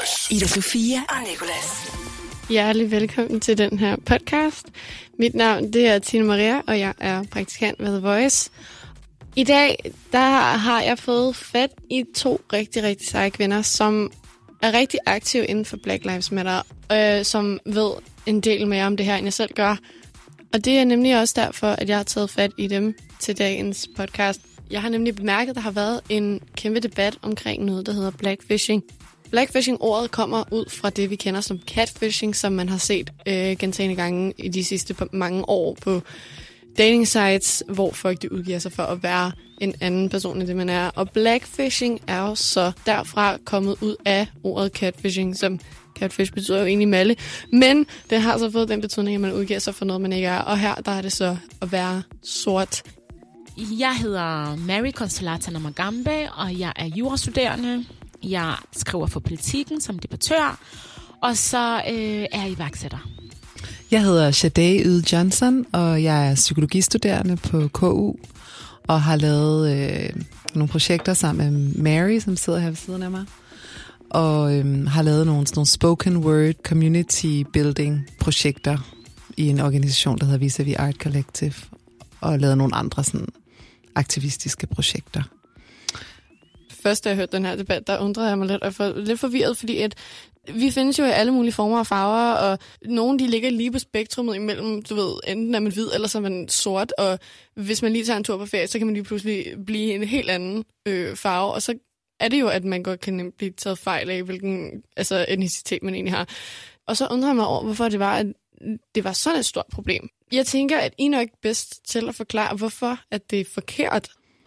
Ida Sofia og Nicolas. Hjertelig velkommen til den her podcast. Mit navn det er Tina Maria, og jeg er praktikant ved The Voice. I dag der har jeg fået fat i 2 rigtig, rigtig seje kvinder, som er rigtig aktive inden for Black Lives Matter, som ved en del mere om det her, end jeg selv gør. Og det er nemlig også derfor, at jeg har taget fat i dem til dagens podcast. Jeg har nemlig bemærket, at der har været en kæmpe debat omkring noget, der hedder blackfishing. Blackfishing-ordet kommer ud fra det, vi kender som catfishing, som man har set gentagne gange i de sidste mange år på dating sites, hvor folk de udgiver sig for at være en anden person end det, man er. Og blackfishing er jo så derfra kommet ud af ordet catfishing, som catfish betyder jo egentlig malle. Men det har så fået den betydning, at man udgiver sig for noget, man ikke er. Og her der er det så at være sort. Jeg hedder Mary Consolata Namagambe, og jeg er jurastuderende. Jeg skriver for Politikken som debattør, og så er jeg iværksætter. Jeg hedder Shadé Yde Johnson, og jeg er psykologistuderende på KU, og har lavet nogle projekter sammen med Mary, som sidder her ved siden af mig, og har lavet nogle spoken word community building projekter i en organisation, der hedder Vis-a-vis Art Collective, og lavet nogle andre sådan aktivistiske projekter. Først, da jeg hørte den her debat, der undrede jeg mig lidt og var lidt forvirret, fordi at vi findes jo i alle mulige former og farver, og nogle de ligger lige på spektrummet imellem, du ved, enten er man hvid, eller så er man sort, og hvis man lige tager en tur på ferie, så kan man lige pludselig blive en helt anden farve, og så er det jo, at man godt kan blive taget fejl af, hvilken etnicitet man egentlig har. Og så undrer jeg mig over, hvorfor at det var sådan et stort problem. Jeg tænker, at I nok bedst til at forklare, hvorfor at det er forkert.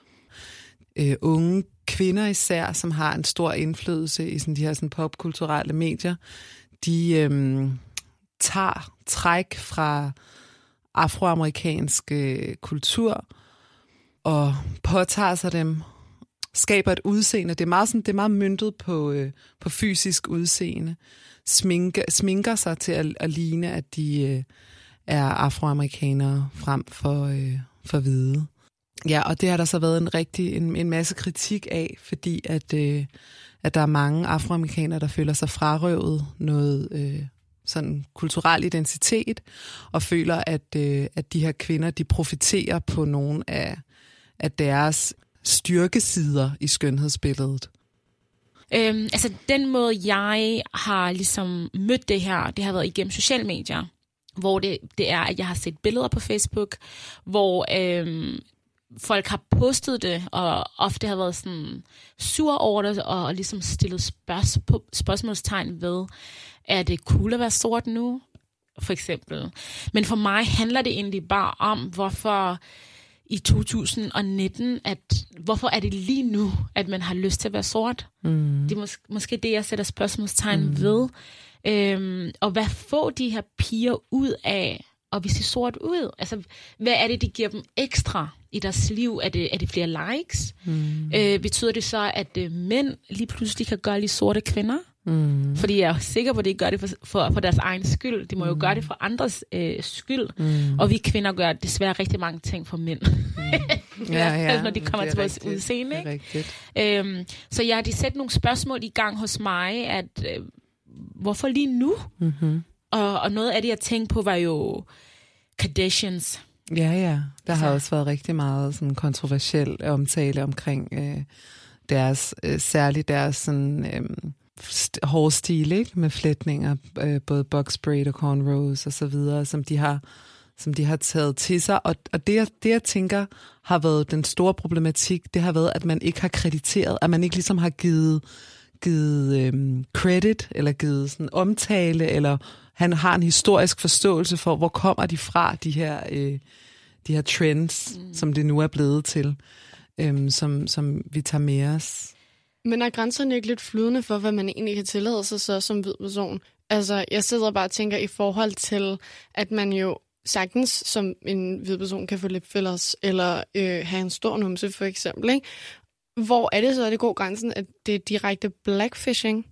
Unge kvinder især, som har en stor indflydelse i sådan de her sådan popkulturelle medier, de tager træk fra afroamerikansk kultur og påtager sig dem, skaber et udseende. Det er meget møntet på fysisk udseende. Sminker sig til at ligne, at de er afroamerikanere frem for hvide. Ja, og det har der så været en masse kritik af, fordi at der er mange afroamerikanere, der føler sig frarøvet noget sådan kulturel identitet, og føler, at de her kvinder, de profiterer på nogle af deres styrkesider i skønhedsbilledet. Den måde, jeg har ligesom mødt det her, det har været igennem sociale medier, hvor det er, at jeg har set billeder på Facebook, hvor folk har postet det, og ofte har været sådan sur over det, og ligesom stillet spørgsmålstegn ved, er det cool at være sort nu, for eksempel. Men for mig handler det egentlig bare om, hvorfor i 2019, hvorfor er det lige nu, at man har lyst til at være sort? Det er måske det, jeg sætter spørgsmålstegn ved. Og hvad får de her piger ud af at vi ser sort ud? Altså, hvad er det, de giver dem ekstra i deres liv? Er det flere likes? Betyder det så, at mænd lige pludselig kan gøre lige sorte kvinder? Fordi jeg er sikker på, at de gør det for deres egen skyld. De må jo gøre det for andres skyld. Og vi kvinder gør desværre rigtig mange ting for mænd. Når de kommer til vores udseende. Så jeg har sætter nogle spørgsmål i gang hos mig, at hvorfor lige nu? Og noget af det, jeg tænkte på, var jo Kardashians. Ja. Der har også været rigtig meget sådan kontroversiel omtale omkring særligt deres sådan hårstil, ikke? Med flætninger, både box braid og cornrows og så videre, som de har taget til sig. Og det jeg tænker har været den store problematik, det har været, at man ikke har krediteret, at man ikke ligesom har givet credit, eller givet sådan omtale, eller han har en historisk forståelse for, hvor kommer de fra, de her trends, som det nu er blevet til, som vi tager med os. Men er grænserne ikke lidt flydende for, hvad man egentlig kan tillade sig så som hvid person? Altså, jeg sidder bare og tænker i forhold til, at man jo sagtens som en hvid person kan få lip fillers, eller have en stor numse for eksempel, ikke? Hvor er det så, at det går grænsen, at det er direkte blackfishing?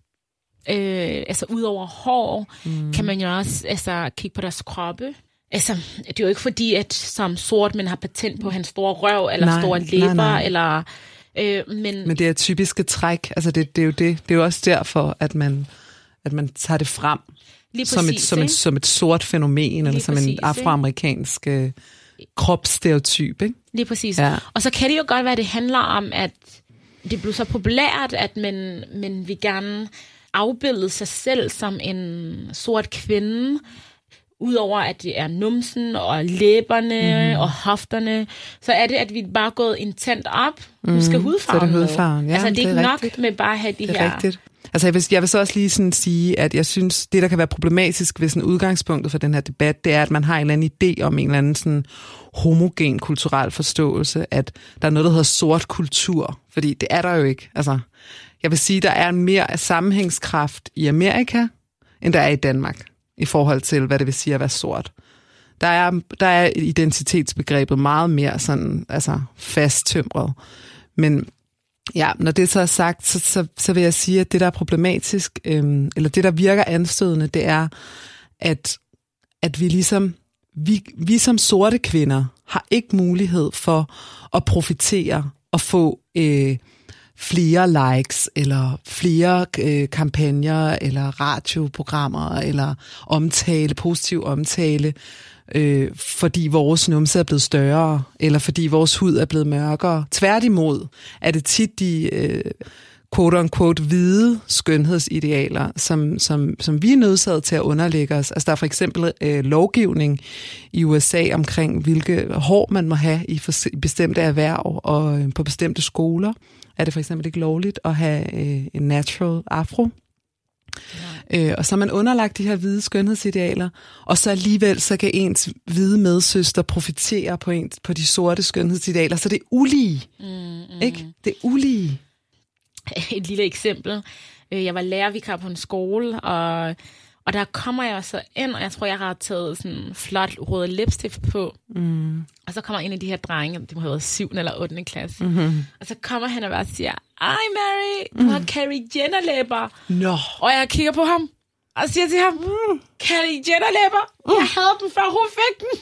Udover hår, kan man jo også kigge på deres kroppe. Altså, det er jo ikke fordi, at som sort, man har patent på hans store røv, eller store læber, eller... Men det er typiske træk. Altså, det er jo det. Det er jo også derfor, at man at man tager det frem præcis, som et sort fænomen, eller lige som præcis, en afroamerikansk kropsstereotyp, ikke? Lige præcis. Ja. Og så kan det jo godt være, at det handler om, at det blev så populært, at man vil gerne afbilde sig selv som en sort kvinde, udover at det er numsen og læberne og hofterne, så er det, at vi bare er gået intent op. Nu skal hudfarven så er det hudfarven. Ja, altså, det er ikke nok rigtigt. med bare at have de det er her... Rigtigt. Altså, jeg vil så også lige sådan sige, at jeg synes, det, der kan være problematisk ved sådan udgangspunktet for den her debat, det er, at man har en eller anden idé om en eller anden sådan homogen kulturel forståelse, at der er noget, der hedder sort kultur. Fordi det er der jo ikke. Altså, jeg vil sige, der er mere sammenhængskraft i Amerika, end der er i Danmark, i forhold til, hvad det vil sige at være sort. Der er identitetsbegrebet meget mere sådan, altså fasttømret. Men ja, når det så er sagt, så vil jeg sige, at det, der er problematisk, eller det, der virker anstødende, det er, at vi ligesom, vi som sorte kvinder, har ikke mulighed for at profitere og få flere likes, eller flere kampagner, eller radioprogrammer, eller positiv omtale, fordi vores numse er blevet større, eller fordi vores hud er blevet mørkere. Tværtimod er det tit de quote-unquote hvide skønhedsidealer, som vi er nødsaget til at underlægge os. Altså der er for eksempel lovgivning i USA omkring, hvilke hår man må have i bestemte erhverv, og på bestemte skoler er det for eksempel ikke lovligt at have en natural afro. Og så er man underlagt de her hvide skønhedsidealer, og så alligevel så kan ens hvide medsøster profitere på de sorte skønhedsidealer, så det er ulige. Ikke? Det er ulige. Et lille eksempel. Jeg var lærervikar på en skole, og der kommer jeg så ind, og jeg tror, jeg har taget sådan flot rød lipstift på. Og så kommer en af de her drenge, det må have været 7. eller 8. klasse, og så kommer han og bare siger, ej Mary, du har Kylie Jenner-læber. No. Og jeg kigger på ham, og siger til ham, Kylie Jenner-læber, jeg havde dem før hun fik den.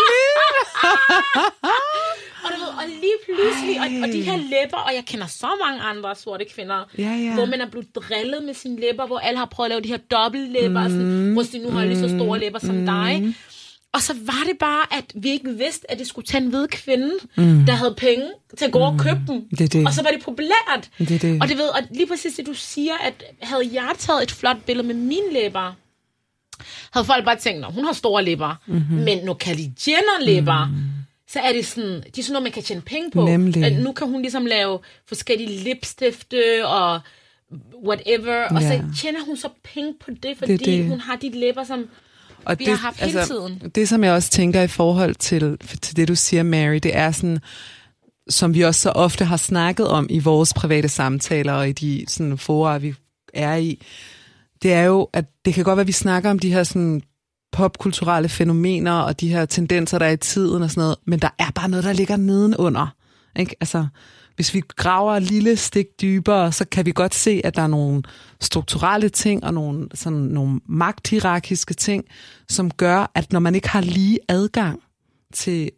Og, og lige pludselig, og de her læber, og jeg kender så mange andre sorte kvinder, hvor man er blevet drillet med sine læber, hvor alle har prøvet at lave de her dobbeltlæber, hvor de nu har lige så store læber som dig. Og så var det bare, at vi ikke vidste, at det skulle tage en hvid kvinde, der havde penge til at gå og købe dem. Det. Og så var det populært. Det. Og det ved, og lige præcis det, du siger, at havde jeg taget et flot billede med mine læber, havde folk bare tænkt, hun har store læber, men nu Kylie Jenner-læber, så er det sådan, det er sådan noget, man kan tjene penge på. At nu kan hun ligesom lave forskellige lipstifte og whatever, og så tjener hun så penge på det, fordi hun har de læber, som og vi har haft hele tiden. Det, som jeg også tænker i forhold til det, du siger, Mary, det er sådan, som vi også så ofte har snakket om i vores private samtaler og i de sådan fora, vi er i, det er jo, at det kan godt være, at vi snakker om de her sådan popkulturelle fænomener og de her tendenser, der er i tiden og sådan noget, men der er bare noget, der ligger nedenunder. Ikke? Altså, hvis vi graver et lille stik dybere, så kan vi godt se, at der er nogle strukturelle ting og nogle magthierarkiske ting, som gør, at når man ikke har lige adgang til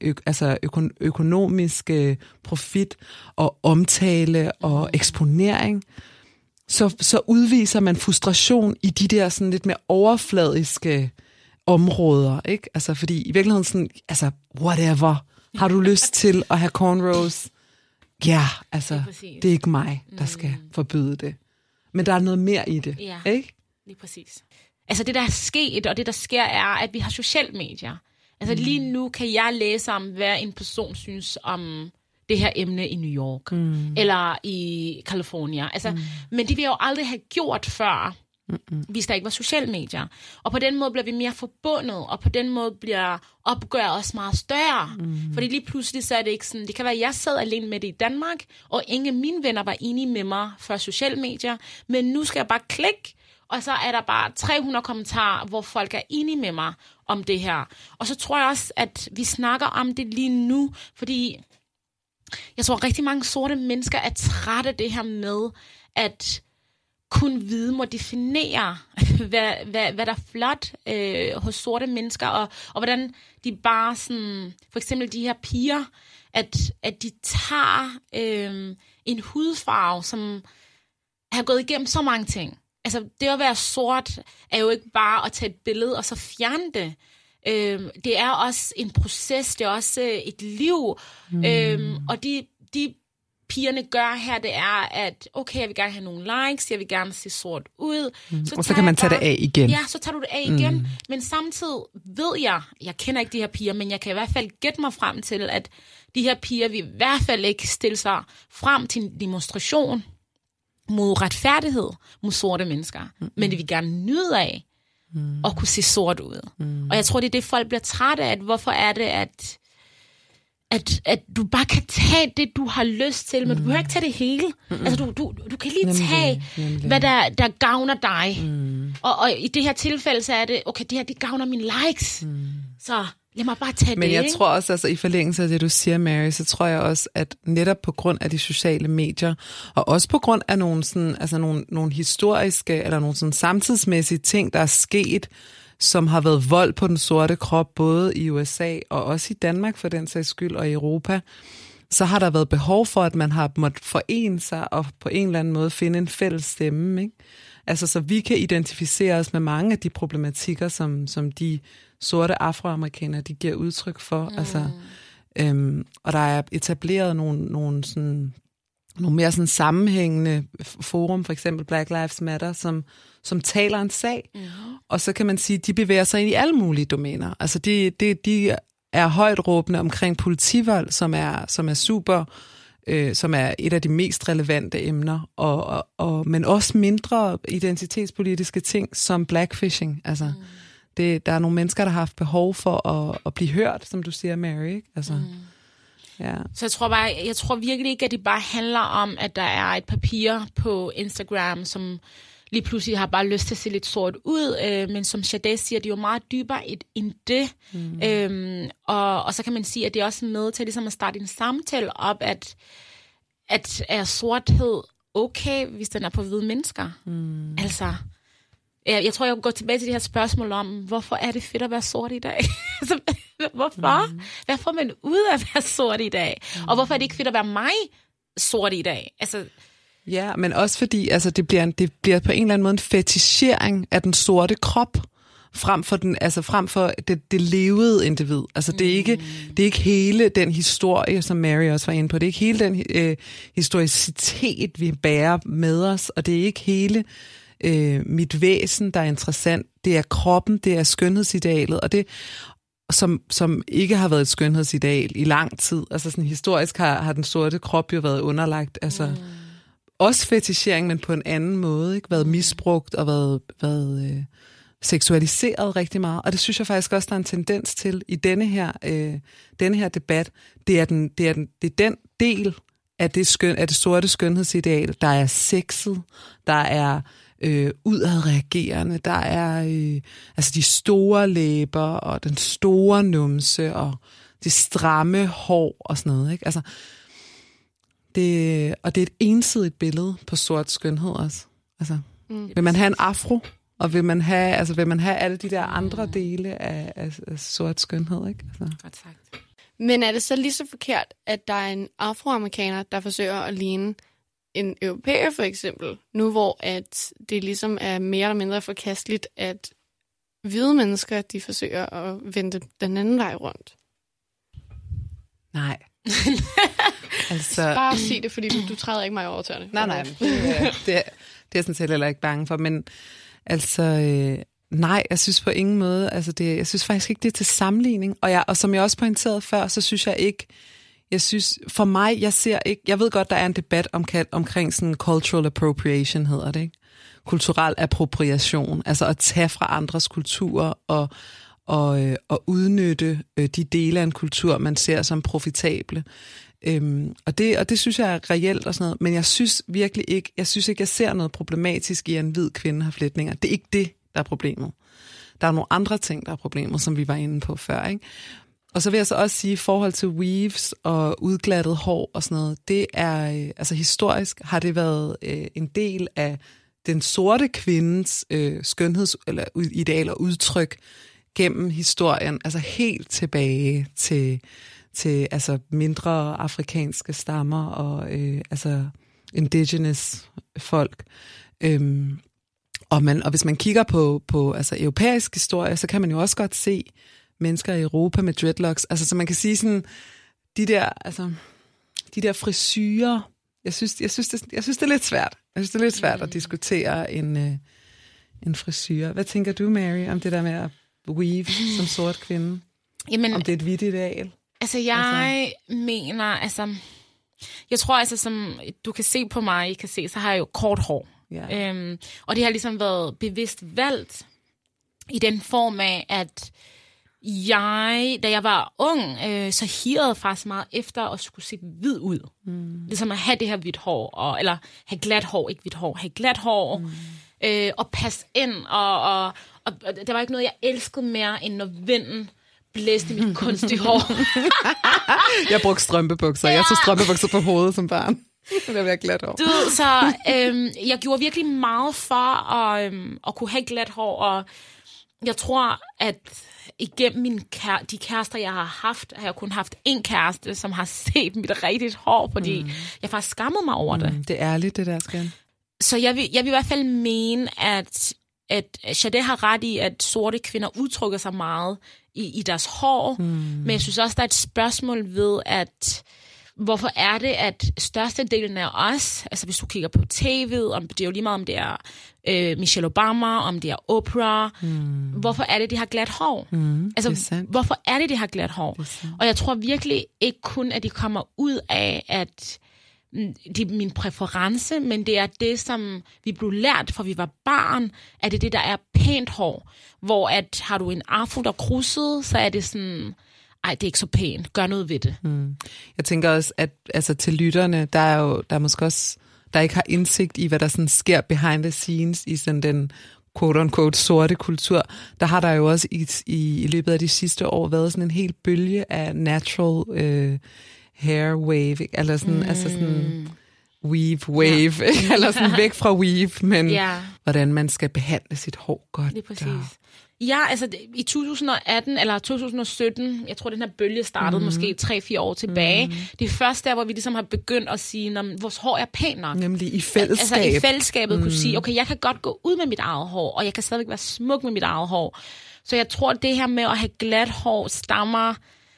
økonomisk profit og omtale og eksponering, så udviser man frustration i de der sådan lidt mere overfladiske områder, ikke? Altså, fordi i virkeligheden sådan, altså, whatever. Har du lyst til at have cornrows? Ja, altså, det er ikke mig, der skal forbyde det. Men der er noget mere i det, ikke? Lige præcis. Altså, det der er sket, og det der sker, er, at vi har sociale medier. Altså, lige nu kan jeg læse om, hvad en person synes om det her emne i New York, eller i California. Altså, men det vi jo aldrig have gjort før, hvis der ikke var sociale medier. Og på den måde bliver vi mere forbundet, og på den måde bliver opgøret også meget større. Fordi lige pludselig så er det ikke sådan, det kan være, at jeg sad alene med det i Danmark, og ingen af mine venner var enige med mig før sociale medier, men nu skal jeg bare klikke, og så er der bare 300 kommentarer, hvor folk er enige med mig om det her. Og så tror jeg også, at vi snakker om det lige nu, fordi jeg tror, rigtig mange sorte mennesker er trætte af det her med, at kun hvide må definere, hvad der er flot hos sorte mennesker, og hvordan de bare sådan, for eksempel de her piger, at de tager en hudfarve, som har gået igennem så mange ting. altså det at være sort er jo ikke bare at tage et billede og så fjerne det. Det er også en proces, det er også et liv. Og de pigerne gør her, det er, at okay, jeg vil gerne have nogle likes, jeg vil gerne se sort ud. Og så kan man tage det af igen. Ja, så tager du det af igen. Men samtidig ved jeg kender ikke de her piger, men jeg kan i hvert fald gætte mig frem til, at de her piger vil i hvert fald ikke stille sig frem til en demonstration mod retfærdighed mod sorte mennesker. Men de vil gerne nyde af at kunne se sort ud. Og jeg tror, det er det, folk bliver trætte af. Hvorfor er det, at du bare kan tage det, du har lyst til, men du behøver ikke tage det hele. Altså, du kan lige tage, hvad der gavner dig. Og i det her tilfælde, så er det, okay, det her, det gavner mine likes. Så lad mig bare tage det. Men jeg tror også, altså i forlængelse af det, du siger, Mary, så tror jeg også, at netop på grund af de sociale medier, og også på grund af nogle, sådan, altså nogle historiske, eller nogle sådan samtidsmæssige ting, der er sket, som har været vold på den sorte krop, både i USA og også i Danmark for den sags skyld, og i Europa, så har der været behov for, at man har måttet forene sig og på en eller anden måde finde en fælles stemme, ikke? Altså, så vi kan identificere os med mange af de problematikker, som de sorte afroamerikanere, de giver udtryk for. Altså, og der er etableret nogle mere sådan sammenhængende forum, for eksempel Black Lives Matter, som taler en sag. Og så kan man sige, at de bevæger sig ind i alle mulige domæner. Altså de er højt råbende omkring politivold, som er super, som er et af de mest relevante emner, men også mindre identitetspolitiske ting som blackfishing. Altså, der er nogle mennesker, der har haft behov for at blive hørt, som du siger, Mary, ikke? Altså, ja. Så jeg tror virkelig ikke, at det bare handler om, at der er et papir på Instagram, som lige pludselig har bare lyst til at se lidt sort ud, men som Sade siger, det er jo meget dybere end det. Og så kan man sige, at det er også med til ligesom at starte en samtale op, at er sorthed okay, hvis den er på hvide mennesker? Altså, jeg tror, jeg vil gå tilbage til det her spørgsmål om, hvorfor er det fedt at være sort i dag? Altså, hvorfor? Hvad får man ud af at være sort i dag? Og hvorfor er det ikke fedt at være mig sort i dag? Altså, ja, men også fordi altså, det bliver på en eller anden måde en fetichering af den sorte krop, frem for det levede individ. Altså, det er ikke hele den historie, som Mary også var inde på. Det er ikke hele den historicitet, vi bærer med os, og det er ikke hele mit væsen, der er interessant. Det er kroppen, det er skønhedsidealet, og det som ikke har været et skønhedsideal i lang tid. Altså sådan historisk har den sorte krop jo været underlagt, altså også fetichering, men på en anden måde, ikke? Været misbrugt og været seksualiseret rigtig meget. Og det synes jeg faktisk også, der er en tendens til i denne her debat. Det er den del af det sorte skønhedsideal, der er sexet, der er udadreagerende, der er altså de store læber og den store numse og det stramme hår og sådan noget, ikke? Altså, det er et ensidigt billede på sort skønhed også. Altså, vil man have en afro, og vil man have alle de der andre dele af sort skønhed, ikke? Altså. Godt sagt. Men er det så lige så forkert, at der er en afroamerikaner, der forsøger at ligne en europæer for eksempel, nu hvor at det ligesom er mere eller mindre forkasteligt, at hvide mennesker, de forsøger at vende den anden vej rundt? Nej. Altså, bare sig det, fordi du træder ikke mig over tøerne. Nej, det er jeg sådan set heller ikke bange for, men altså, nej, jeg synes på ingen måde, altså jeg synes faktisk ikke, det er til sammenligning, og som jeg også pointerede før, så synes jeg ikke, for mig, jeg ved godt, der er en debat omkring sådan cultural appropriation, hedder det, ikke? Kulturel appropriation, altså at tage fra andres kulturer og udnytte de dele af en kultur, man ser som profitable. Og det synes jeg er reelt og sådan noget, men jeg synes ikke, jeg ser noget problematisk i, at en hvid kvinde har flætninger. Det er ikke det, der er problemet. Der er nogle andre ting, der er problemet, som vi var inde på før, ikke? Og så vil jeg så også sige, i forhold til weaves og udglattet hår og sådan noget, det er, altså historisk har det været en del af den sorte kvindes skønheds- eller ideal og udtryk gennem historien, altså helt tilbage til altså mindre afrikanske stammer og altså indigenous folk. Og hvis man kigger på altså, europæisk historie, så kan man jo også godt se mennesker i Europa med dreadlocks. Altså, så man kan sige sådan, de der frisyrer, jeg synes, det er lidt svært. Jeg synes, det er lidt svært at diskutere en frisyr. Hvad tænker du, Mary, om det der med at weave som sort kvinde? Jamen, om det er et hvidt ideal? Altså, jeg mener, altså... Jeg tror altså, som du kan se på mig, så har jeg jo kort hår. Yeah. Og det har ligesom været bevidst valgt i den form af, at da jeg var ung, så hirrede faktisk meget efter at skulle se hvid ud. Ligesom at have det her hvidt hår, eller have glat hår, ikke hvidt hår, have glat hår, og passe ind, og der var ikke noget, jeg elskede mere, end når vinden blæste mit kunstige hår. Jeg brugte strømpebukser. Ja. Jeg tog strømpebukser på hovedet som barn. Det var glat hår. Så jeg gjorde virkelig meget for at kunne have glat hår, og jeg tror, at igennem de kærester, jeg har haft, har jeg kun haft én kæreste, som har set mit rigtigt hår, fordi jeg faktisk skammede mig over det. Det er ærligt, det der, Skan. Så jeg vil i hvert fald mene, at Sade har ret i, at sorte kvinder udtrykker sig meget i deres hår, men jeg synes også, der er et spørgsmål ved, at hvorfor er det, at størstedelen af os, altså hvis du kigger på tv'et, om det er jo lige meget, om det er Michelle Obama, om det er Oprah, hvorfor er det, de har glat hår? Altså, hvorfor er det, de har glat hår? Og jeg tror virkelig ikke kun, at de kommer ud af, at det er min præference, men det er det, som vi blev lært, fra vi var barn, at det der er pænt hår, hvor at har du en afro, der krusset, så er det sådan, ej, det er ikke så pænt, gør noget ved det. Jeg tænker også, at altså, til lytterne, der er måske også, der ikke har indsigt i, hvad der sådan sker behind the scenes i sådan den quote-unquote sorte kultur, der har der jo også i løbet af de sidste år været sådan en hel bølge af natural hair wave, eller sådan, altså sådan weave wave, eller sådan væk fra weave, men hvordan man skal behandle sit hår godt. Det er præcis. Ja, altså i 2018 eller 2017, jeg tror, den her bølge startede måske 3-4 år tilbage. Det er først der, hvor vi ligesom har begyndt at sige, at vores hår er pænt nok. Nemlig i fællesskab. Altså i fællesskabet kunne sige, okay, jeg kan godt gå ud med mit eget hår, og jeg kan stadigvæk være smuk med mit eget hår. Så jeg tror, at det her med at have glat hår stammer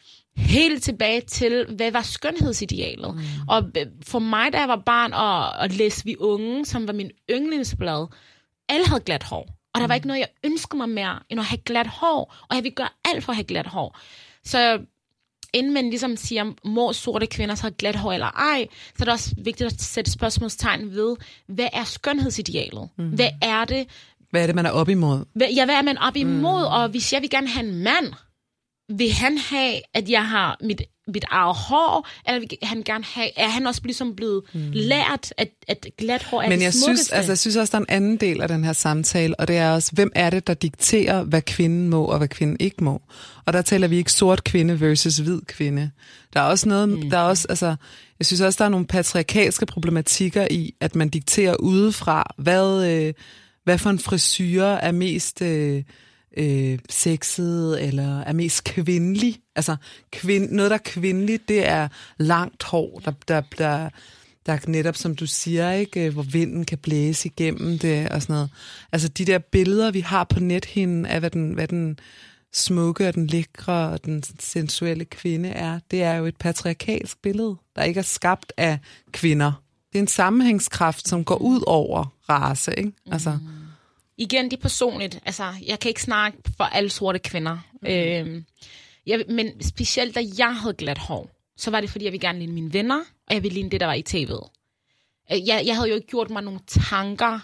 helt tilbage til, hvad var skønhedsidealet. Og for mig, da jeg var barn og læste Vi Unge, som var min yndlingsblad, alle havde glat hår. Og der var ikke noget, jeg ønskede mig mere, end at have glat hår. Og jeg vil gøre alt for at have glat hår. Så inden man ligesom siger, må sorte kvinder så have glat hår eller ej, så er det også vigtigt at sætte spørgsmålstegn ved, hvad er skønhedsidealet? Hvad er det? Hvad er det, man er op imod? Hvad er man op imod? Og hvis jeg vil gerne have en mand, vil han have, at jeg har mit eget hår, eller vil han gerne have, er han også ligesom blevet lært, at glat hår er det smukkeste? Men jeg synes også, der er en anden del af den her samtale, og det er også, hvem er det, der dikterer, hvad kvinden må, og hvad kvinden ikke må? Og der taler vi ikke sort kvinde versus hvid kvinde. Der er også noget, der er også, altså, jeg synes også, der er nogle patriarkalske problematikker i, at man dikterer udefra, hvad for en frisyre er mest sexet, eller er mest kvindelig. Altså, noget, der er kvindeligt, det er langt hår, der netop, som du siger, ikke, hvor vinden kan blæse igennem det, og sådan noget. Altså, de der billeder, vi har på nethinden af, hvad den smukke, og den lækre, og den sensuelle kvinde er, det er jo et patriarkalsk billede, der ikke er skabt af kvinder. Det er en sammenhængskraft, som går ud over race, ikke? Altså... Igen, det er personligt. Altså, jeg kan ikke snakke for alle sorte kvinder. Men specielt, da jeg havde glat hår, så var det, fordi jeg ville gerne ligne mine venner, og jeg ville ligne det, der var i tv'et. Jeg havde jo ikke gjort mig nogle tanker.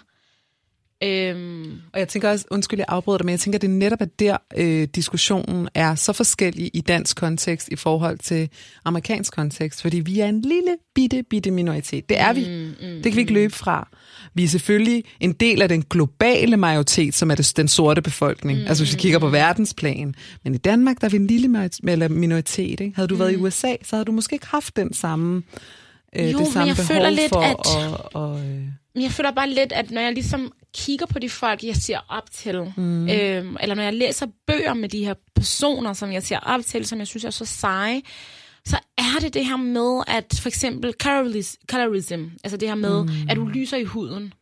Og jeg tænker også, undskyld, jeg afbryder dig, men jeg tænker, det er netop, at der diskussionen er så forskellig i dansk kontekst i forhold til amerikansk kontekst, fordi vi er en lille, bitte minoritet. Det er vi. Det kan vi ikke løbe fra. Vi er selvfølgelig en del af den globale majoritet, som er den sorte befolkning. Altså hvis vi kigger på verdensplan. Men i Danmark, der er vi en lille minoritet. Ikke? Havde du været i USA, så havde du måske ikke haft den samme det samme jeg føler lidt, men jeg føler bare lidt, at når jeg ligesom kigger på de folk, jeg ser op til, eller når jeg læser bøger med de her personer, som jeg ser op til, som jeg synes er så seje, så er det her med, at for eksempel colorism, altså det her med, at du lyser i huden,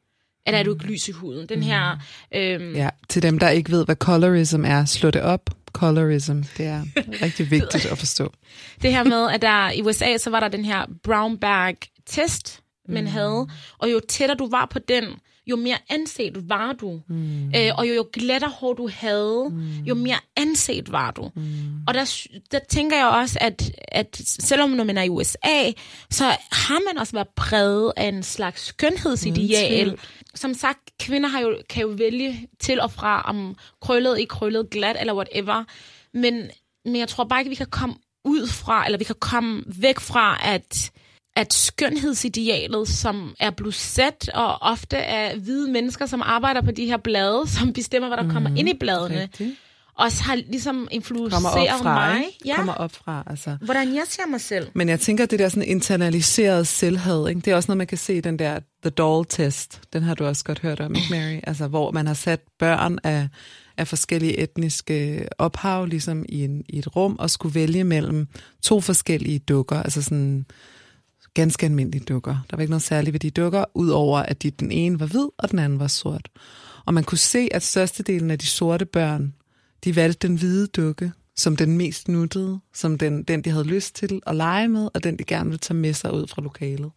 eller er du ikke lys i huden? Den her... Ja, til dem, der ikke ved, hvad colorism er, slå det op. Colorism, det er rigtig vigtigt at forstå. Det her med, at der i USA, så var der den her brown bag test, man havde, og jo tættere du var på den, jo mere anset var du. Og jo glattere hår du havde, jo mere anset var du. Og der tænker jeg også, at selvom når man er i USA, så har man også været præget af en slags skønhedsideal. Som sagt, kvinder kan jo vælge til og fra, om krøllet, ikke krøllet, glat eller whatever. Men jeg tror bare ikke, vi kan komme ud fra, eller vi kan komme væk fra, at skønhedsidealet, som er blevet sat, og ofte er hvide mennesker, som arbejder på de her blade, som bestemmer, hvad der kommer ind i bladene, Rigtig. også har ligesom influenceret mig. Ja. Kommer op fra, altså. Hvordan jeg ser mig selv. Men jeg tænker, det der sådan internaliseret selvhad, ikke? Det er også noget, man kan se i den der The Doll-test. Den har du også godt hørt om, ikke, Mary? Altså, hvor man har sat børn af forskellige etniske ophav, ligesom i et rum, og skulle vælge mellem 2 forskellige dukker, altså sådan ganske almindelige dukker. Der var ikke noget særligt ved de dukker, udover at den ene var hvid, og den anden var sort. Og man kunne se, at størstedelen af de sorte børn, de valgte den hvide dukke, som den mest nuttede, som den de havde lyst til at lege med, og den de gerne ville tage med sig ud fra lokalet.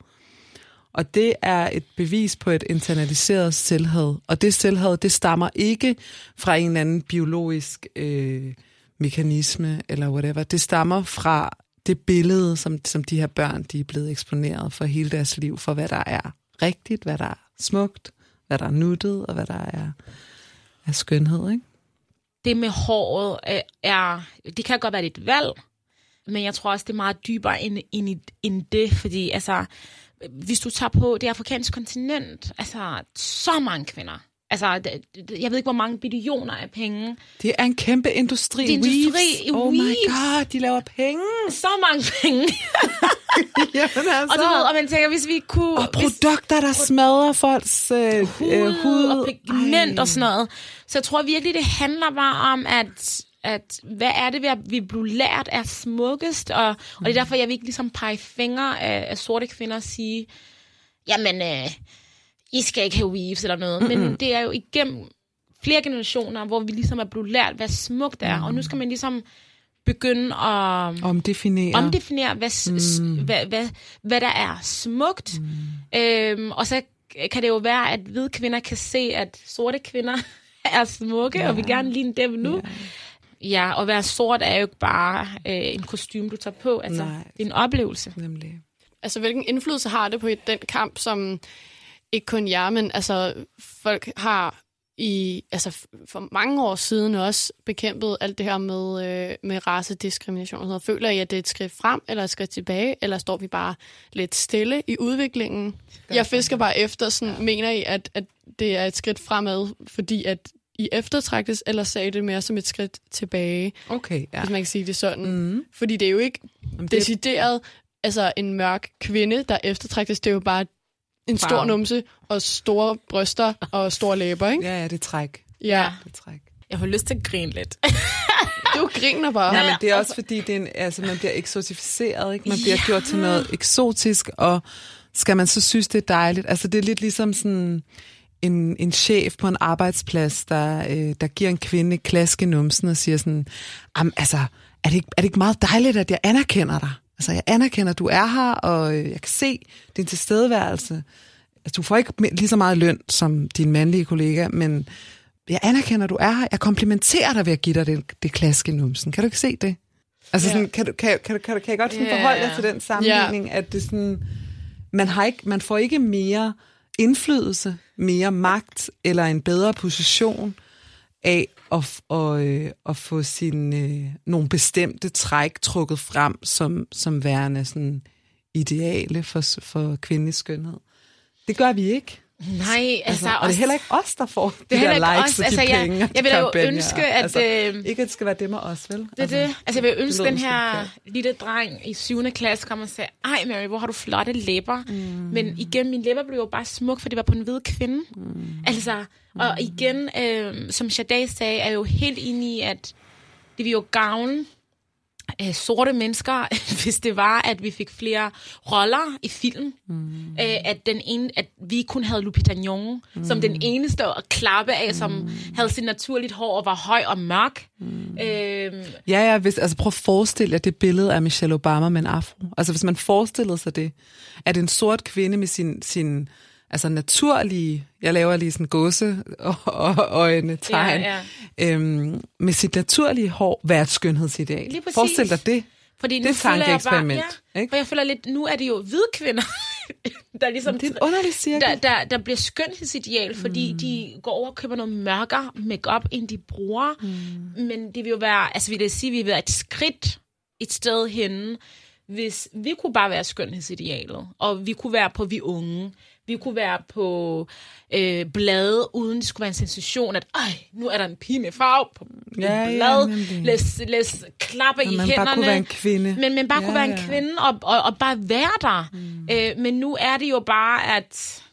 Og det er et bevis på et internaliseret selvhad. Og det selvhad, det stammer ikke fra en eller anden biologisk mekanisme, eller whatever. Det stammer fra det billede, som de her børn, de er blevet eksponeret for hele deres liv, for hvad der er rigtigt, hvad der er smukt, hvad der er nuttet, og hvad der er skønhed, ikke? Det med håret det kan godt være et valg, men jeg tror også, det er meget dybere end det, fordi altså, hvis du tager på det afrikanske kontinent, altså så mange kvinder. Altså, jeg ved ikke, hvor mange billioner af penge. Det er en kæmpe industri. Det er industri i Oh my god, de laver penge. Så mange penge. Jamen, altså. Og du ved, og man tænker, hvis vi kunne... Og produkter, der smadrer folks hud. Og pigment og sådan noget. Så jeg tror virkelig, det handler bare om, at hvad er det, vi blev lært er smukkest, og det er derfor, jeg vil ikke ligesom pege fingre af sorte kvinder og sige, jamen... I skal ikke have weaves eller noget, men det er jo igennem flere generationer, hvor vi ligesom er blevet lært, hvad smukt er, og nu skal man ligesom begynde at omdefinere hvad der er smukt. Og så kan det jo være, at hvide kvinder kan se, at sorte kvinder er smukke, og vi gerne ligne dem nu. Ja, og være sort er jo ikke bare en kostume, du tager på. Altså, det er en oplevelse. Nemlig. Altså, hvilken indflydelse har det på den kamp, som ikke kun jer, men altså, folk har for mange år siden også bekæmpet alt det her med racediskrimination. Så føler I, at det er et skridt frem, eller et skridt tilbage, eller står vi bare lidt stille i udviklingen? Jeg fisker bare efter, sådan, mener I, at det er et skridt fremad, fordi at I eftertragtes, eller sagde det mere som et skridt tilbage? Okay, ja. Hvis man kan sige det sådan. Fordi det er jo ikke decideret, altså en mørk kvinde, der eftertragtes, det er jo bare en stor numse og store bryster og store læber, ikke? Ja, det er træk. Ja. Det er træk. Jeg får lyst til at grine lidt. Du griner bare. Nej, men det er også fordi, man bliver eksotificeret, ikke? Man bliver gjort til noget eksotisk, og skal man så synes, det er dejligt? Altså, det er lidt ligesom sådan en chef på en arbejdsplads, der giver en kvinde et klask i numsen og siger sådan, altså, er det ikke meget dejligt, at jeg anerkender dig? Altså, jeg anerkender, at du er her, og jeg kan se din tilstedeværelse. Altså, du får ikke lige så meget løn som din mandlige kollega, men jeg anerkender, at du er her. Jeg komplimenterer dig ved at give dig det klask i numsen. Kan du ikke se det? Altså, sådan, kan jeg godt sådan forholde dig til den sammenligning, at det sådan, man får ikke mere indflydelse, mere magt eller en bedre position af at få nogle bestemte træk trukket frem som værende sådan ideale for kvindelig skønhed. Det gør vi ikke. Nej, altså og det er heller ikke os, der får det de der os, likes og de penge. Jeg vil jo ønske, at... Altså, ikke at det skal være dem og os, vel? Det. Altså, jeg vil ønske, den her lille dreng i 7. klasse kommer og siger, ej Mary, hvor har du flotte læber. Men igen, mine læber blev jo bare smuk, for det var på en hvide kvinde. Altså, og igen, som Sade sagde, er jo helt enig i, at det vil jo gavne sorte mennesker, hvis det var, at vi fik flere roller i film. At vi kun havde Lupita Nyong'o som den eneste at klappe af, som havde sit naturligt hår og var høj og mørk. Altså prøv at forestille jer det billede af Michelle Obama med en afro. Altså hvis man forestillede sig det, at en sort kvinde med sin altså naturlige, jeg laver lige sådan gåseøjne tegn, med sit naturlige hår være et skønhedsideal. Forestil dig det. Fordi det er et tankeeksperiment. For jeg føler lidt, nu er det jo hvide kvinder, der ligesom, det er en underlig cirkel. Der bliver skønhedsideal, fordi de går over og køber noget mørkere make-up, end de bruger. Men det vil jo være, altså vil det sige, vi vil være et skridt et sted henne, hvis vi kunne bare være skønhedsidealet, og vi kunne være på Vi Unge, vi kunne være på blade, uden det skulle være en sensation, at nu er der en pige med farve på blad. Læs klappe i hænderne. Man bare kunne være en kvinde. Men bare kunne være en kvinde og bare være der. Men nu er det jo bare, at...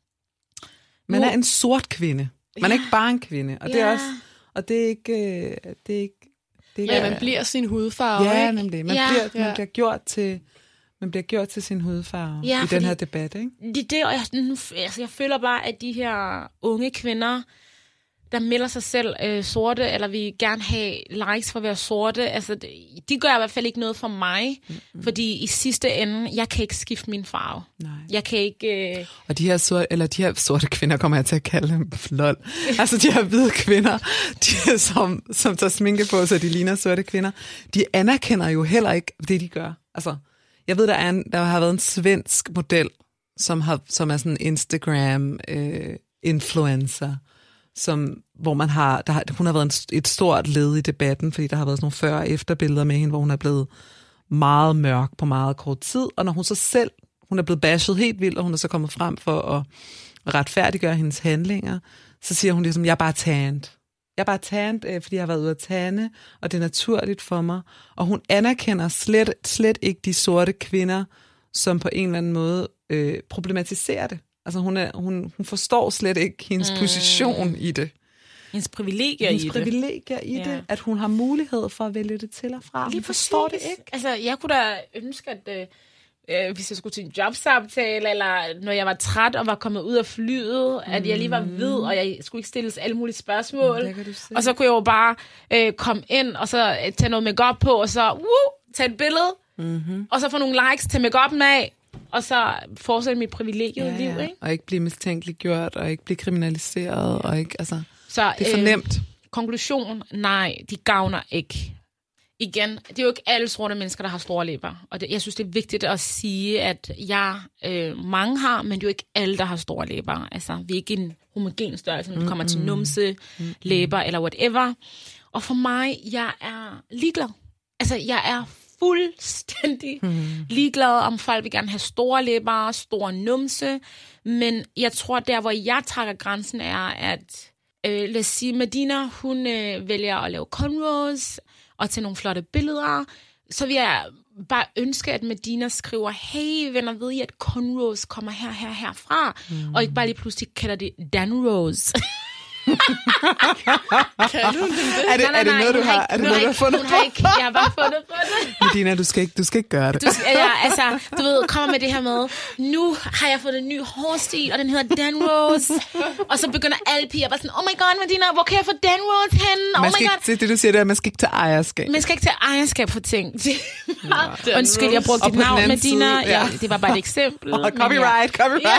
Man er en sort kvinde. Man er ikke bare en kvinde. Og det er også... Og det er ikke... man bliver sin hudfarve, ja, ikke? Nemlig. Man bliver gjort til sin hudfarve i den her debat, ikke? Det, og jeg føler bare, at de her unge kvinder, der melder sig selv sorte, eller vil gerne have likes for at være sorte, altså de gør i hvert fald ikke noget for mig, fordi i sidste ende, jeg kan ikke skifte min farve. Nej. Jeg kan ikke... Og de her sorte kvinder, kommer jeg til at kalde dem, lol. Altså de her hvide kvinder, som tager sminke på, så de ligner sorte kvinder, de anerkender jo heller ikke det, de gør. Altså, jeg ved, der har været en svensk model, som er sådan en Instagram-influencer, hvor hun har været et stort led i debatten, fordi der har været sådan nogle før- og efterbilleder med hende, hvor hun er blevet meget mørk på meget kort tid, og når hun så selv, hun er blevet bashed helt vildt, og hun er så kommet frem for at retfærdiggøre hendes handlinger, så siger hun ligesom, jeg er bare tanned. Jeg er bare tanned, fordi jeg har været ude at tanne, og det er naturligt for mig. Og hun anerkender slet ikke de sorte kvinder, som på en eller anden måde problematiserer det. Altså hun forstår slet ikke hendes position i det. Hendes privilegier i det. At hun har mulighed for at vælge det til og fra. Lige forstår det ikke. Altså, jeg kunne da ønske, at hvis jeg skulle til en jobsamtale, eller når jeg var træt og var kommet ud af flyet, at jeg lige var hvid, og jeg skulle ikke stilles alle mulige spørgsmål. Og så kunne jeg jo bare komme ind, og så tage noget makeup på, og så tage et billede, og så få nogle likes til makeupen af, og så fortsætte mit privilegiede liv, ikke? Og ikke blive mistænkeliggjort, og ikke blive kriminaliseret, og ikke, altså, så, det er for nemt. Konklusion, nej, de gavner ikke. Igen, det er jo ikke alle sorte mennesker, der har store læber. Og jeg synes, det er vigtigt at sige, at mange har, men det er jo ikke alle, der har store læber. Altså, vi er ikke en homogen størrelse, når det kommer til numse, læber eller whatever. Og for mig, jeg er ligeglad. Altså, jeg er fuldstændig ligeglad, om folk vil gerne have store læber, store numse. Men jeg tror, der hvor jeg trækker grænsen er, at lad os sige, Medina, hun vælger at lave cornrows og tage nogle flotte billeder. Så vil jeg bare ønske, at Medina skriver, hey venner, ved I, at cornrows kommer herfra? Og ikke bare lige pludselig kalder det Danrose. Kan du det? Er det noget, du har? Er det noget, du har fundet på? Jeg har bare fundet på det. Medina, du skal ikke gøre det. Du ved, kommer med det her med, nu har jeg fået en ny hårstil, og den hedder Danrose. Og så begynder alle piger bare sådan, oh my god, Medina, hvor kan jeg få Danrose henne? Oh my god. Det du siger, det er, at man skal ikke tage ejerskab. Man skal ikke tage ejerskab for ting. Undskyld, jeg brugte dit navn, Medina. Ja, det var bare et eksempel. Copyright.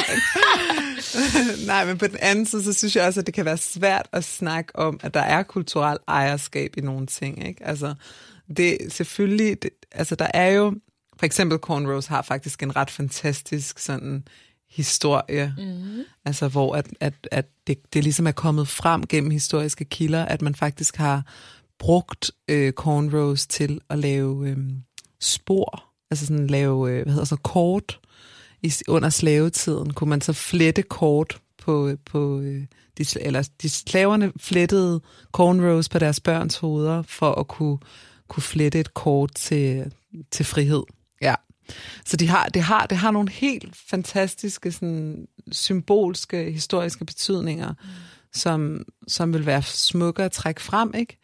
Nej, men på den anden side, så synes jeg også, at det kan være svært at snakke om, at der er kulturel ejerskab i nogle ting, ikke? Altså, det selvfølgelig, altså der er jo, for eksempel cornrows har faktisk en ret fantastisk sådan historie, altså hvor at det ligesom er kommet frem gennem historiske kilder, at man faktisk har brugt cornrows til at lave spor, altså sådan lave, kort. Under slavetiden kunne man så flette kort på de slaverne flettede cornrows på deres børns hoveder for at kunne flette et kort til frihed. Ja. Så det har nogle helt fantastiske sådan symbolske historiske betydninger, som vil være smukke at trække frem, ikke?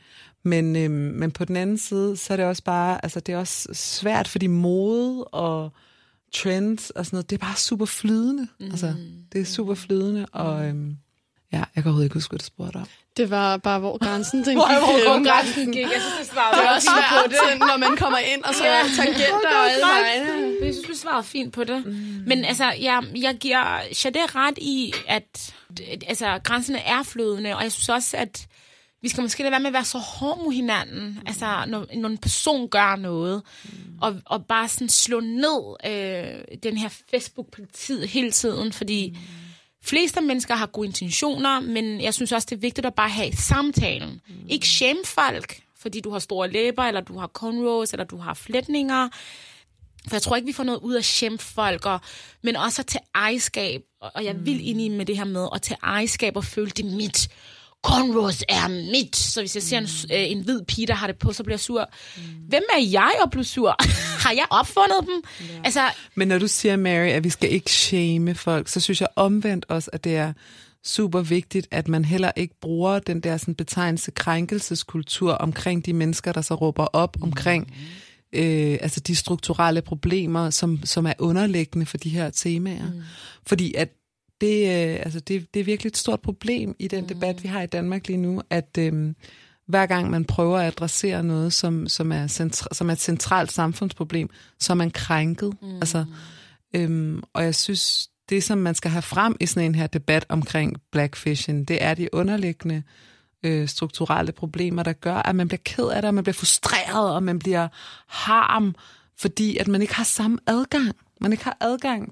Men på den anden side, så er det også bare, altså det er også svært, fordi mode og trends og sådan noget, det er bare super flydende. Altså, det er super flydende, og ja, jeg kan overhovedet ikke huske, hvad du spurgte om. Det var bare, hvor grænsen gik. Hvor grænsen gik. Jeg synes, det svarede det er også svært, når man kommer ind, og så er tangenter og alle vegne. Jeg synes, du svarede fint på det. Men altså, jeg giver Sade ret i, at altså, grænserne er flydende, og jeg synes også, at vi skal måske lade være med at være så hård mod hinanden, altså når en person gør noget, og bare sådan slå ned den her Facebook-politiet hele tiden, fordi fleste mennesker har gode intentioner, men jeg synes også, det er vigtigt at bare have samtalen. Ikke shame folk, fordi du har store læber, eller du har cornrows, eller du har flætninger. For jeg tror ikke, vi får noget ud af shame folk, men også at tage ejerskab, og jeg vil ind i med det her med at tage ejerskab og føle, det er mit. Cornrows er mit. Så hvis jeg ser en hvid pige, der har det på, så bliver jeg sur. Hvem er jeg at blive sur? Har jeg opfundet dem? Ja. Altså, men når du siger, Mary, at vi skal ikke shame folk, så synes jeg omvendt også, at det er super vigtigt, at man heller ikke bruger den der sådan betegnelse krænkelseskultur omkring de mennesker, der så råber op omkring altså de strukturelle problemer, som er underliggende for de her temaer. Fordi at det er virkelig et stort problem i den debat, vi har i Danmark lige nu, at hver gang man prøver at adressere noget, som er et centralt samfundsproblem, så er man krænket. Altså, og jeg synes, det som man skal have frem i sådan en her debat omkring blackfishing, det er de underliggende strukturelle problemer, der gør, at man bliver ked af det, og man bliver frustreret, og man bliver harm, fordi at man ikke har samme adgang. Man ikke har adgang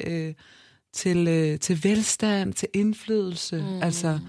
til velstand, til indflydelse. Altså,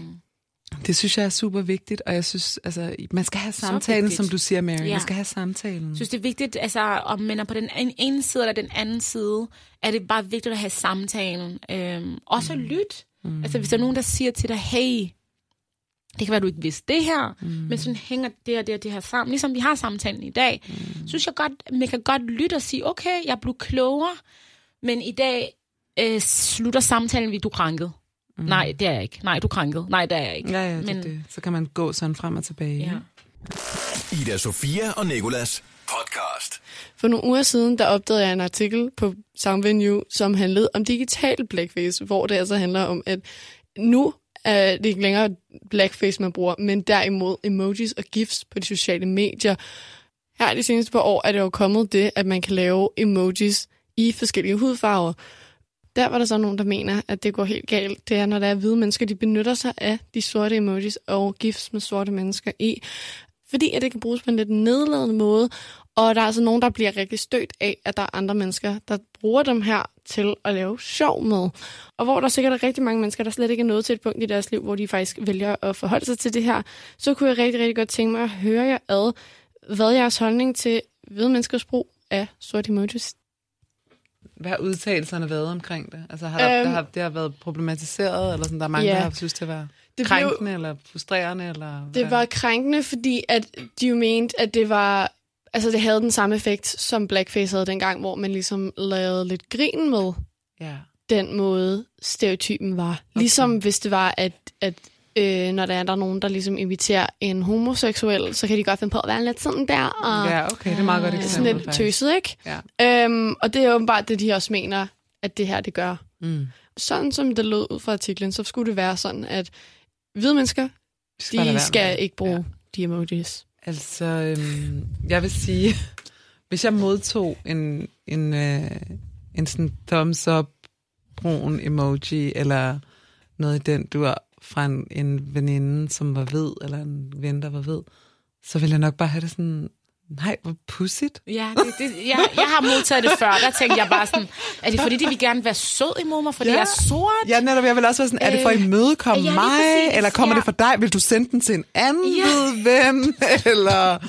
det synes jeg er super vigtigt, og jeg synes, altså, man skal have samtalen, som du siger, Mary. Ja. Man skal have samtalen. Jeg synes, det er vigtigt, altså, om man er på den ene side eller den anden side, er det bare vigtigt at have samtalen. Også lyt. Altså, hvis der er nogen, der siger til dig, hey, det kan være, du ikke vidste det her, men sådan hænger det her sammen. Ligesom vi har samtalen i dag, synes jeg godt, man kan godt lytte og sige, okay, jeg blev klogere, men i dag slutter samtalen ved, du krænket. Nej, det er jeg ikke. Nej, du krænket. Nej, det er jeg ikke. Ja, men det. Så kan man gå sådan frem og tilbage. Ja. Ida Sofia og Nicolas podcast. For nogle uger siden, der opdagede jeg en artikel på Soundvenue, som handlede om digital blackface, hvor det altså handler om, at nu er det ikke længere blackface, man bruger, men derimod emojis og gifs på de sociale medier. Her de seneste par år er det jo kommet det, at man kan lave emojis i forskellige hudfarver. Der var der så nogen, der mener, at det går helt galt. Det er, når der er hvide mennesker, de benytter sig af de sorte emojis og gifs med sorte mennesker i. Fordi at det kan bruges på en lidt nedladende måde. Og der er altså nogen, der bliver rigtig stødt af, at der er andre mennesker, der bruger dem her til at lave sjov med. Og hvor der sikkert er rigtig mange mennesker, der slet ikke er nået til et punkt i deres liv, hvor de faktisk vælger at forholde sig til det her, så kunne jeg rigtig, rigtig godt tænke mig at høre jer ad, hvad jeres holdning til hvide menneskers brug af sorte emojis. Hvad har udtalelserne været omkring det? Altså det har været problematiseret, eller sådan, der er mange, der har synes det var krænkende, eller frustrerende? Eller det var krænkende, fordi at de jo mente, at det var, altså det havde den samme effekt, som blackface havde dengang, hvor man ligesom lavede lidt grin med den måde, stereotypen var. Okay. Ligesom hvis det var, at når der er nogen, der ligesom inviterer en homoseksuel, så kan de godt finde på at være lidt sådan der. Og ja, okay, det er meget godt eksempel. Sådan lidt tøset, ikke? Ja. Og det er åbenbart det, de også mener, at det her, det gør. Sådan som det lød ud fra artiklen, så skulle det være sådan, at hvide mennesker, de skal ikke bruge de emojis. Altså, jeg vil sige, hvis jeg modtog en sådan thumbs up brun emoji, eller noget i den dur, fra en veninde, som var hvid, eller en ven, der var hvid, så ville jeg nok bare have det sådan, nej, hvor pudsigt. Ja, jeg har modtaget det før, der tænkte jeg bare sådan, er det fordi, de vil gerne være sød imod mig, fordi jeg er sort? Ja, netop, jeg vil også være sådan, er det for at imødekomme mig, præcis, eller kommer det for dig? Vil du sende den til en anden hvid ven, eller...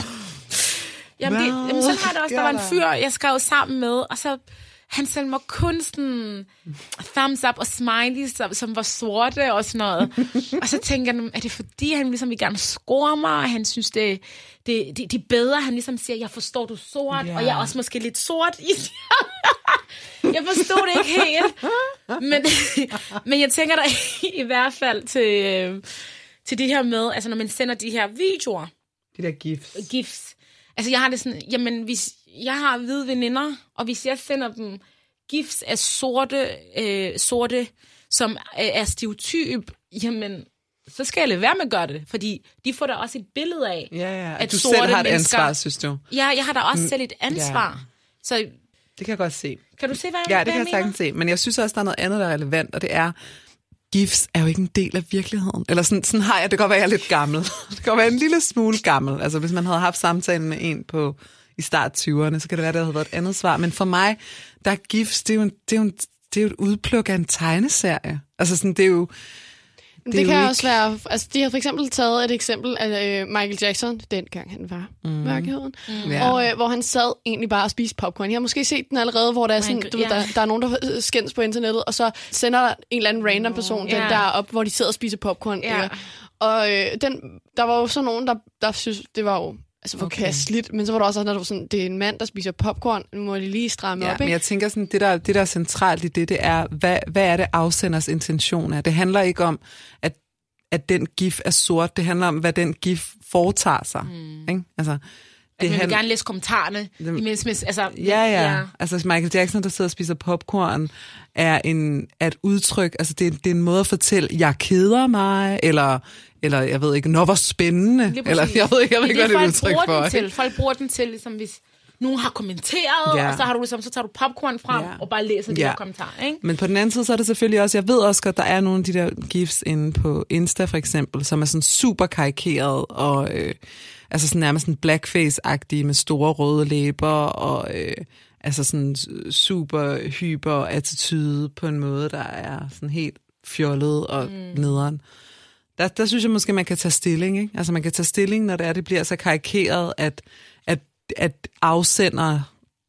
Jamen sådan har det også, der var en fyr, jeg skrev sammen med, og så han sendte mig kun sådan thumbs up og smileys, som var sorte og sådan noget. Og så tænker jeg, er det fordi, han ligesom vil gerne score mig, og han synes, det er bedre. Han ligesom siger, jeg forstår, du er sort, og jeg er også måske lidt sort. Jeg forstod det ikke helt. Men jeg tænker da i hvert fald til det her med, altså når man sender de her videoer, De der gifs. Gifs. Altså, jeg har det sådan, jamen, hvis jeg har hvide veninder, og hvis jeg sender dem gifs af sorte, som er stereotyp, jamen, så skal jeg lade være med at gøre det, fordi de får da også et billede af, at du selv har et ansvar, synes du? Ja, jeg har da også selv et ansvar. Ja. Så det kan jeg godt se. Kan du se, hvad Ja, det kan jeg sagtens se. Men jeg synes også, der er noget andet, der er relevant, og det er, gifs er jo ikke en del af virkeligheden. Eller sådan har jeg, det kan godt være, jeg er lidt gammel. Det kan godt være en lille smule gammel. Altså, hvis man havde haft samtalen med en i start 20'erne, så kan det være, det havde været et andet svar. Men for mig, der er gifs, det er jo et udpluk af en tegneserie. Altså sådan, det er jo... Det kan også være... Altså, de har for eksempel taget et eksempel af Michael Jackson, dengang han var mørkehuden, og hvor han sad egentlig bare og spiste popcorn. Jeg har måske set den allerede, hvor der er sådan, der er nogen, der skændes på internettet, og så sender der en eller anden random person den der op, hvor de sidder og spiser popcorn. Og der var jo så nogen, der synes, det var jo forkasteligt, men så var der også, når der var sådan, det er en mand, der spiser popcorn, nu må de lige stramme op, ikke? Men jeg tænker sådan, det der er centralt i det er, hvad er det afsenders intention er? Det handler ikke om, at den gif er sort, det handler om, hvad den gif foretager sig, ikke? Altså, man vil gerne læse kommentarerne. Altså Michael Jackson, der sidder og spiser popcorn, er et udtryk, altså det er en måde at fortælle, jeg keder mig, eller jeg ved ikke, hvor spændende, eller jeg ved ikke, hvad det er udtryk for. Folk bruger den til, ligesom hvis nogen har kommenteret, og så har du ligesom, så tager du popcorn frem og bare læser de her kommentarer, ikke? Men på den anden side, så er det selvfølgelig også, jeg ved også godt, der er nogle af de der gifs inde på Insta for eksempel, som er sådan super karikeret, og altså sådan nærmest sådan blackface-agtige med store røde læber, og altså sådan super hyper attitude på en måde, der er sådan helt fjollet og nederen. Der synes jeg måske, man kan tage stilling, ikke? Altså man kan tage stilling, når det bliver så karikeret, at afsender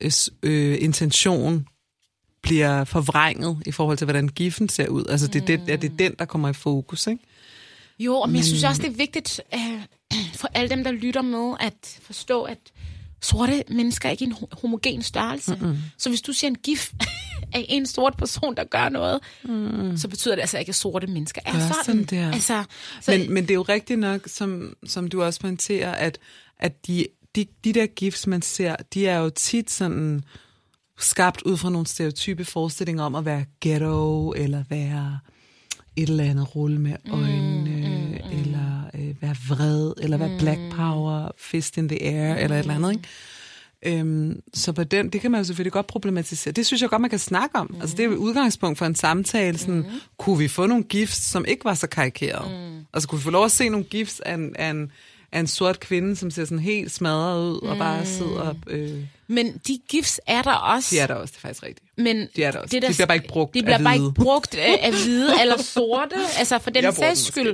intention bliver forvrænget i forhold til, hvordan giffen ser ud. Altså det er den, der kommer i fokus, ikke? Jo, men jeg synes også, det er vigtigt for alle dem, der lytter med, at forstå, at sorte mennesker er ikke en homogen størrelse. Så hvis du ser en gif af en sort person, der gør noget, så betyder det altså ikke, at sorte mennesker er sådan. Der. Altså, men det er jo rigtigt nok, som du også pointerer, at de der gifs, man ser, de er jo tit sådan skabt ud fra nogle stereotype forestillinger om at være ghetto, eller være et eller andet rulle med øjnene, eller være vred, eller være black power, fist in the air, eller et eller andet, ikke? Så på det kan man jo selvfølgelig godt problematisere. Det synes jeg godt, man kan snakke om. Altså det er jo udgangspunkt for en samtale. Sådan, kunne vi få nogle gifs, som ikke var så karikerede? Altså kunne vi få lov at se nogle gifs af en sort kvinde, som ser sådan helt smadret ud, og bare sidder... Men de gifs er der også. De er der også, det er faktisk rigtigt. Men de er der også. De bliver bare ikke brugt af hvide. De bliver bare ikke brugt af hvide eller sorte. Altså for den sags skyld.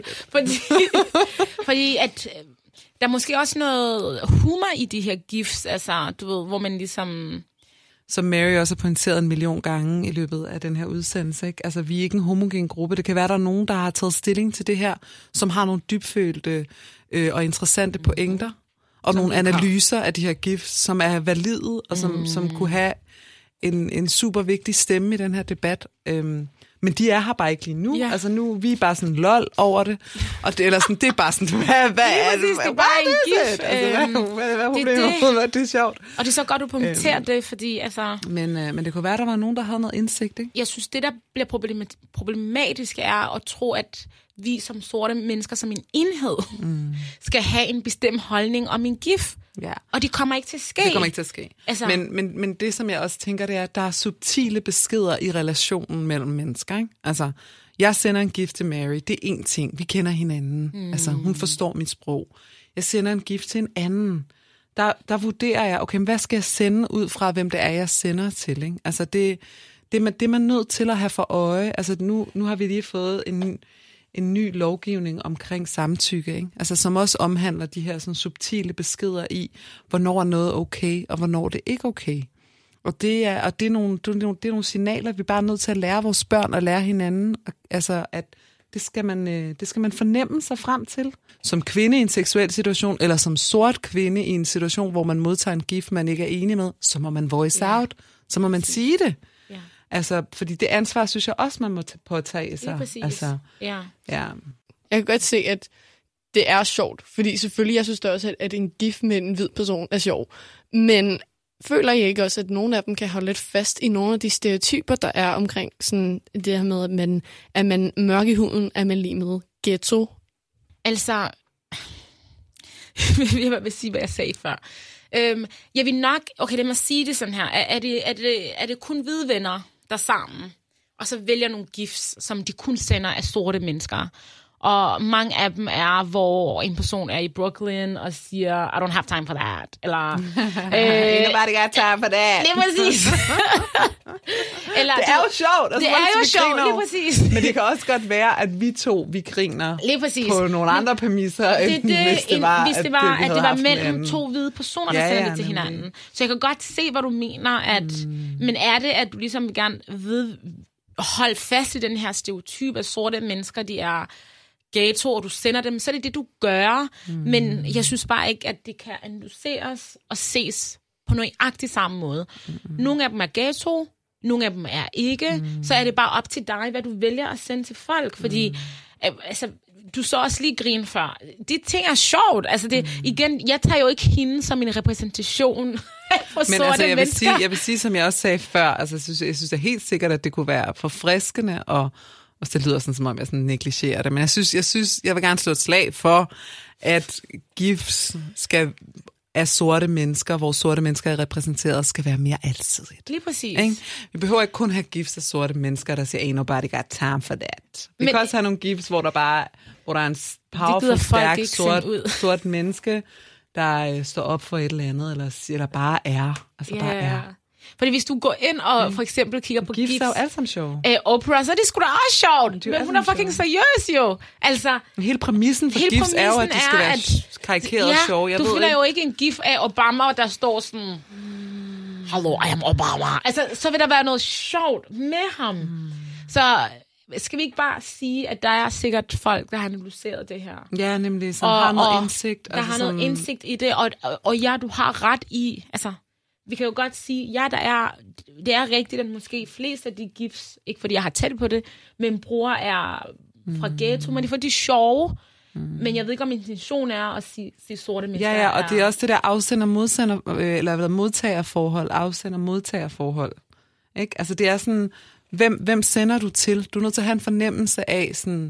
Fordi at... Der er måske også noget humor i de her gifs, altså, du ved, hvor man ligesom... Som Mary også har pointeret 1 million gange i løbet af den her udsendelse, ikke? Altså, vi er ikke en homogen gruppe. Det kan være, der er nogen, der har taget stilling til det her, som har nogle dybfølte og interessante pointer, og som nogle analyser af de her gifs, som er valide, og som kunne have en super vigtig stemme i den her debat. Men de er her bare ikke lige nu. Ja. Altså nu, vi er bare sådan lol over det. Og det, eller sådan, det er bare sådan, hvad er det? Det er bare en gif. Hvad er problemet? Det er sjovt. Og det er så godt, du punkterer det, fordi altså... Men det kunne være, der var nogen, der havde noget indsigt, ikke? Jeg synes, det der bliver problematisk er at tro, at vi som sorte mennesker, som en enhed, skal have en bestemt holdning om en gif. Ja. Og det kommer ikke til at ske. Det kommer ikke til at ske. Altså... Men det, som jeg også tænker, det er, at der er subtile beskeder i relationen mellem mennesker, ikke? Altså, jeg sender en gift til Mary, det er én ting. Vi kender hinanden. Altså, hun forstår mit sprog. Jeg sender en gift til en anden. Der vurderer jeg, okay, hvad skal jeg sende ud fra, hvem det er, jeg sender til, ikke? Altså, det er man nødt til at have for øje. Altså, nu har vi lige fået en ny lovgivning omkring samtykke, ikke? Altså, som også omhandler de her sådan, subtile beskeder i, hvornår er noget okay, og hvornår det ikke okay. Og det er nogle signaler, vi bare er nødt til at lære vores børn og lære hinanden. Altså, at det skal man fornemme sig frem til. Som kvinde i en seksuel situation, eller som sort kvinde i en situation, hvor man modtager en gift, man ikke er enig med, så må man voice out. Så må man sige det. Ja. Altså, fordi det ansvar, synes jeg også, man må påtage sig. Det er præcis. Altså, ja. Jeg kan godt se, at det er sjovt. Fordi selvfølgelig, jeg synes da også, at en gif med en hvid person er sjov. Men føler I ikke også, at nogle af dem kan holde lidt fast i nogle af de stereotyper, der er omkring sådan det her med, at man mørk i huden, er man lige med ghetto? Altså, jeg vil sige, hvad jeg sagde før. Jeg vil nok, okay, lad mig sige det sådan her. Er det kun hvide venner, der sammen, og så vælger nogle gifs, som de kun sender af sorte mennesker? Og mange af dem er, hvor en person er i Brooklyn og siger, I don't have time for that. Eller, nobody got time for that. Lige præcis. Eller, det er jo sjovt. Altså, det er jo sjovt, lige præcis. Men det kan også godt være, at vi griner lige præcis. På nogle andre præmisser, hvis det var mellem to hvide personer, der sender det til hinanden. Så jeg kan godt se, hvad du mener. Men er det, at du ligesom gerne ved holde fast i den her stereotyp, at sorte mennesker, de er ghetto, og du sender dem, så er det du gør. Men jeg synes bare ikke, at det kan analyseres og ses på nøjagtig samme måde. Nogle af dem er ghetto, nogle af dem er ikke. Så er det bare op til dig, hvad du vælger at sende til folk. Fordi altså, du så også lige grine før. De ting er sjovt. Altså det, igen, jeg tager jo ikke hende som en repræsentation for sorte mennesker. Jeg vil sige, som jeg også sagde før, altså, jeg synes det er helt sikkert, at det kunne være forfriskende, og det lyder sådan, som om jeg sådan negligerer det, men jeg vil gerne slå et slag for, at gifs af sorte mennesker, hvor sorte mennesker er repræsenteret, skal være mere alsidigt. Lige præcis. Ikke? Vi behøver ikke kun have gifs af sorte mennesker, der siger, ain't nobody got time for that. Vi kan også have nogle gifs, hvor der er en powerful, stærk, sort menneske, der står op for et eller andet, eller bare er. Altså bare er. Fordi hvis du går ind og for eksempel kigger på gifs er jo alle sammen sjov. Oprah, så er det sgu da også sjovt. Men hun er fucking seriøs jo. Altså, hele præmissen for gifs er jo, at det skal være karikeret sjov. Du finder jo ikke en gif af Obama, der står sådan, hello, I am Obama. Altså, så vil der være noget sjovt med ham. Så skal vi ikke bare sige, at der er sikkert folk, der har analyseret det her? Ja, nemlig, som har noget indsigt. Der har noget indsigt i det, og ja, du har ret i, altså, vi kan jo godt sige, ja, det er rigtigt, at måske flest af de gifs, ikke fordi jeg har tæt på det, men bror er fra ghetto, men det er for de sjove. Men jeg ved ikke, om intention er at sige sorte mennesker. Ja, og det er også det der afsender-modtagerforhold. Ikke? Altså det er sådan, hvem sender du til? Du er nødt til at have en fornemmelse af sådan,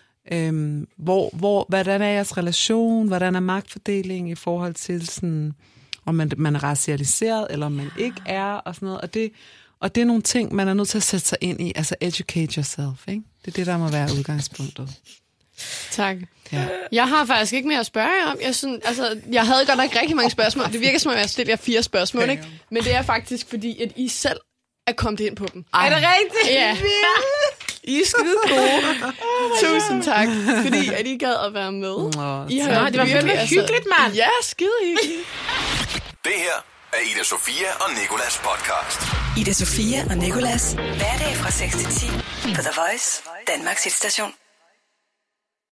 hvordan er jeres relation, hvordan er magtfordelingen i forhold til sådan, om man er racialiseret, eller om man ikke er, og sådan noget. Og det er nogle ting, man er nødt til at sætte sig ind i. Altså, educate yourself, ikke? Det er det, der må være udgangspunktet. Tak. Ja. Jeg har faktisk ikke mere at spørge jer om. Jeg havde godt nok rigtig mange spørgsmål. Det virker som om, jeg stiller jer 4 spørgsmål, ikke? Men det er faktisk fordi, at I selv er kommet ind på dem. Ej. Er det rigtigt? Ja. I er skide gode. Tusind tak, fordi at I gad at være med. Det var virkelig hyggeligt, mand. Ja, skide hyggeligt. Det her er Ida Sofia og Nicolas podcast. Ida Sofia og Nicolas. Hverdag fra 6 til 10 på The Voice, Danmarks hitstation.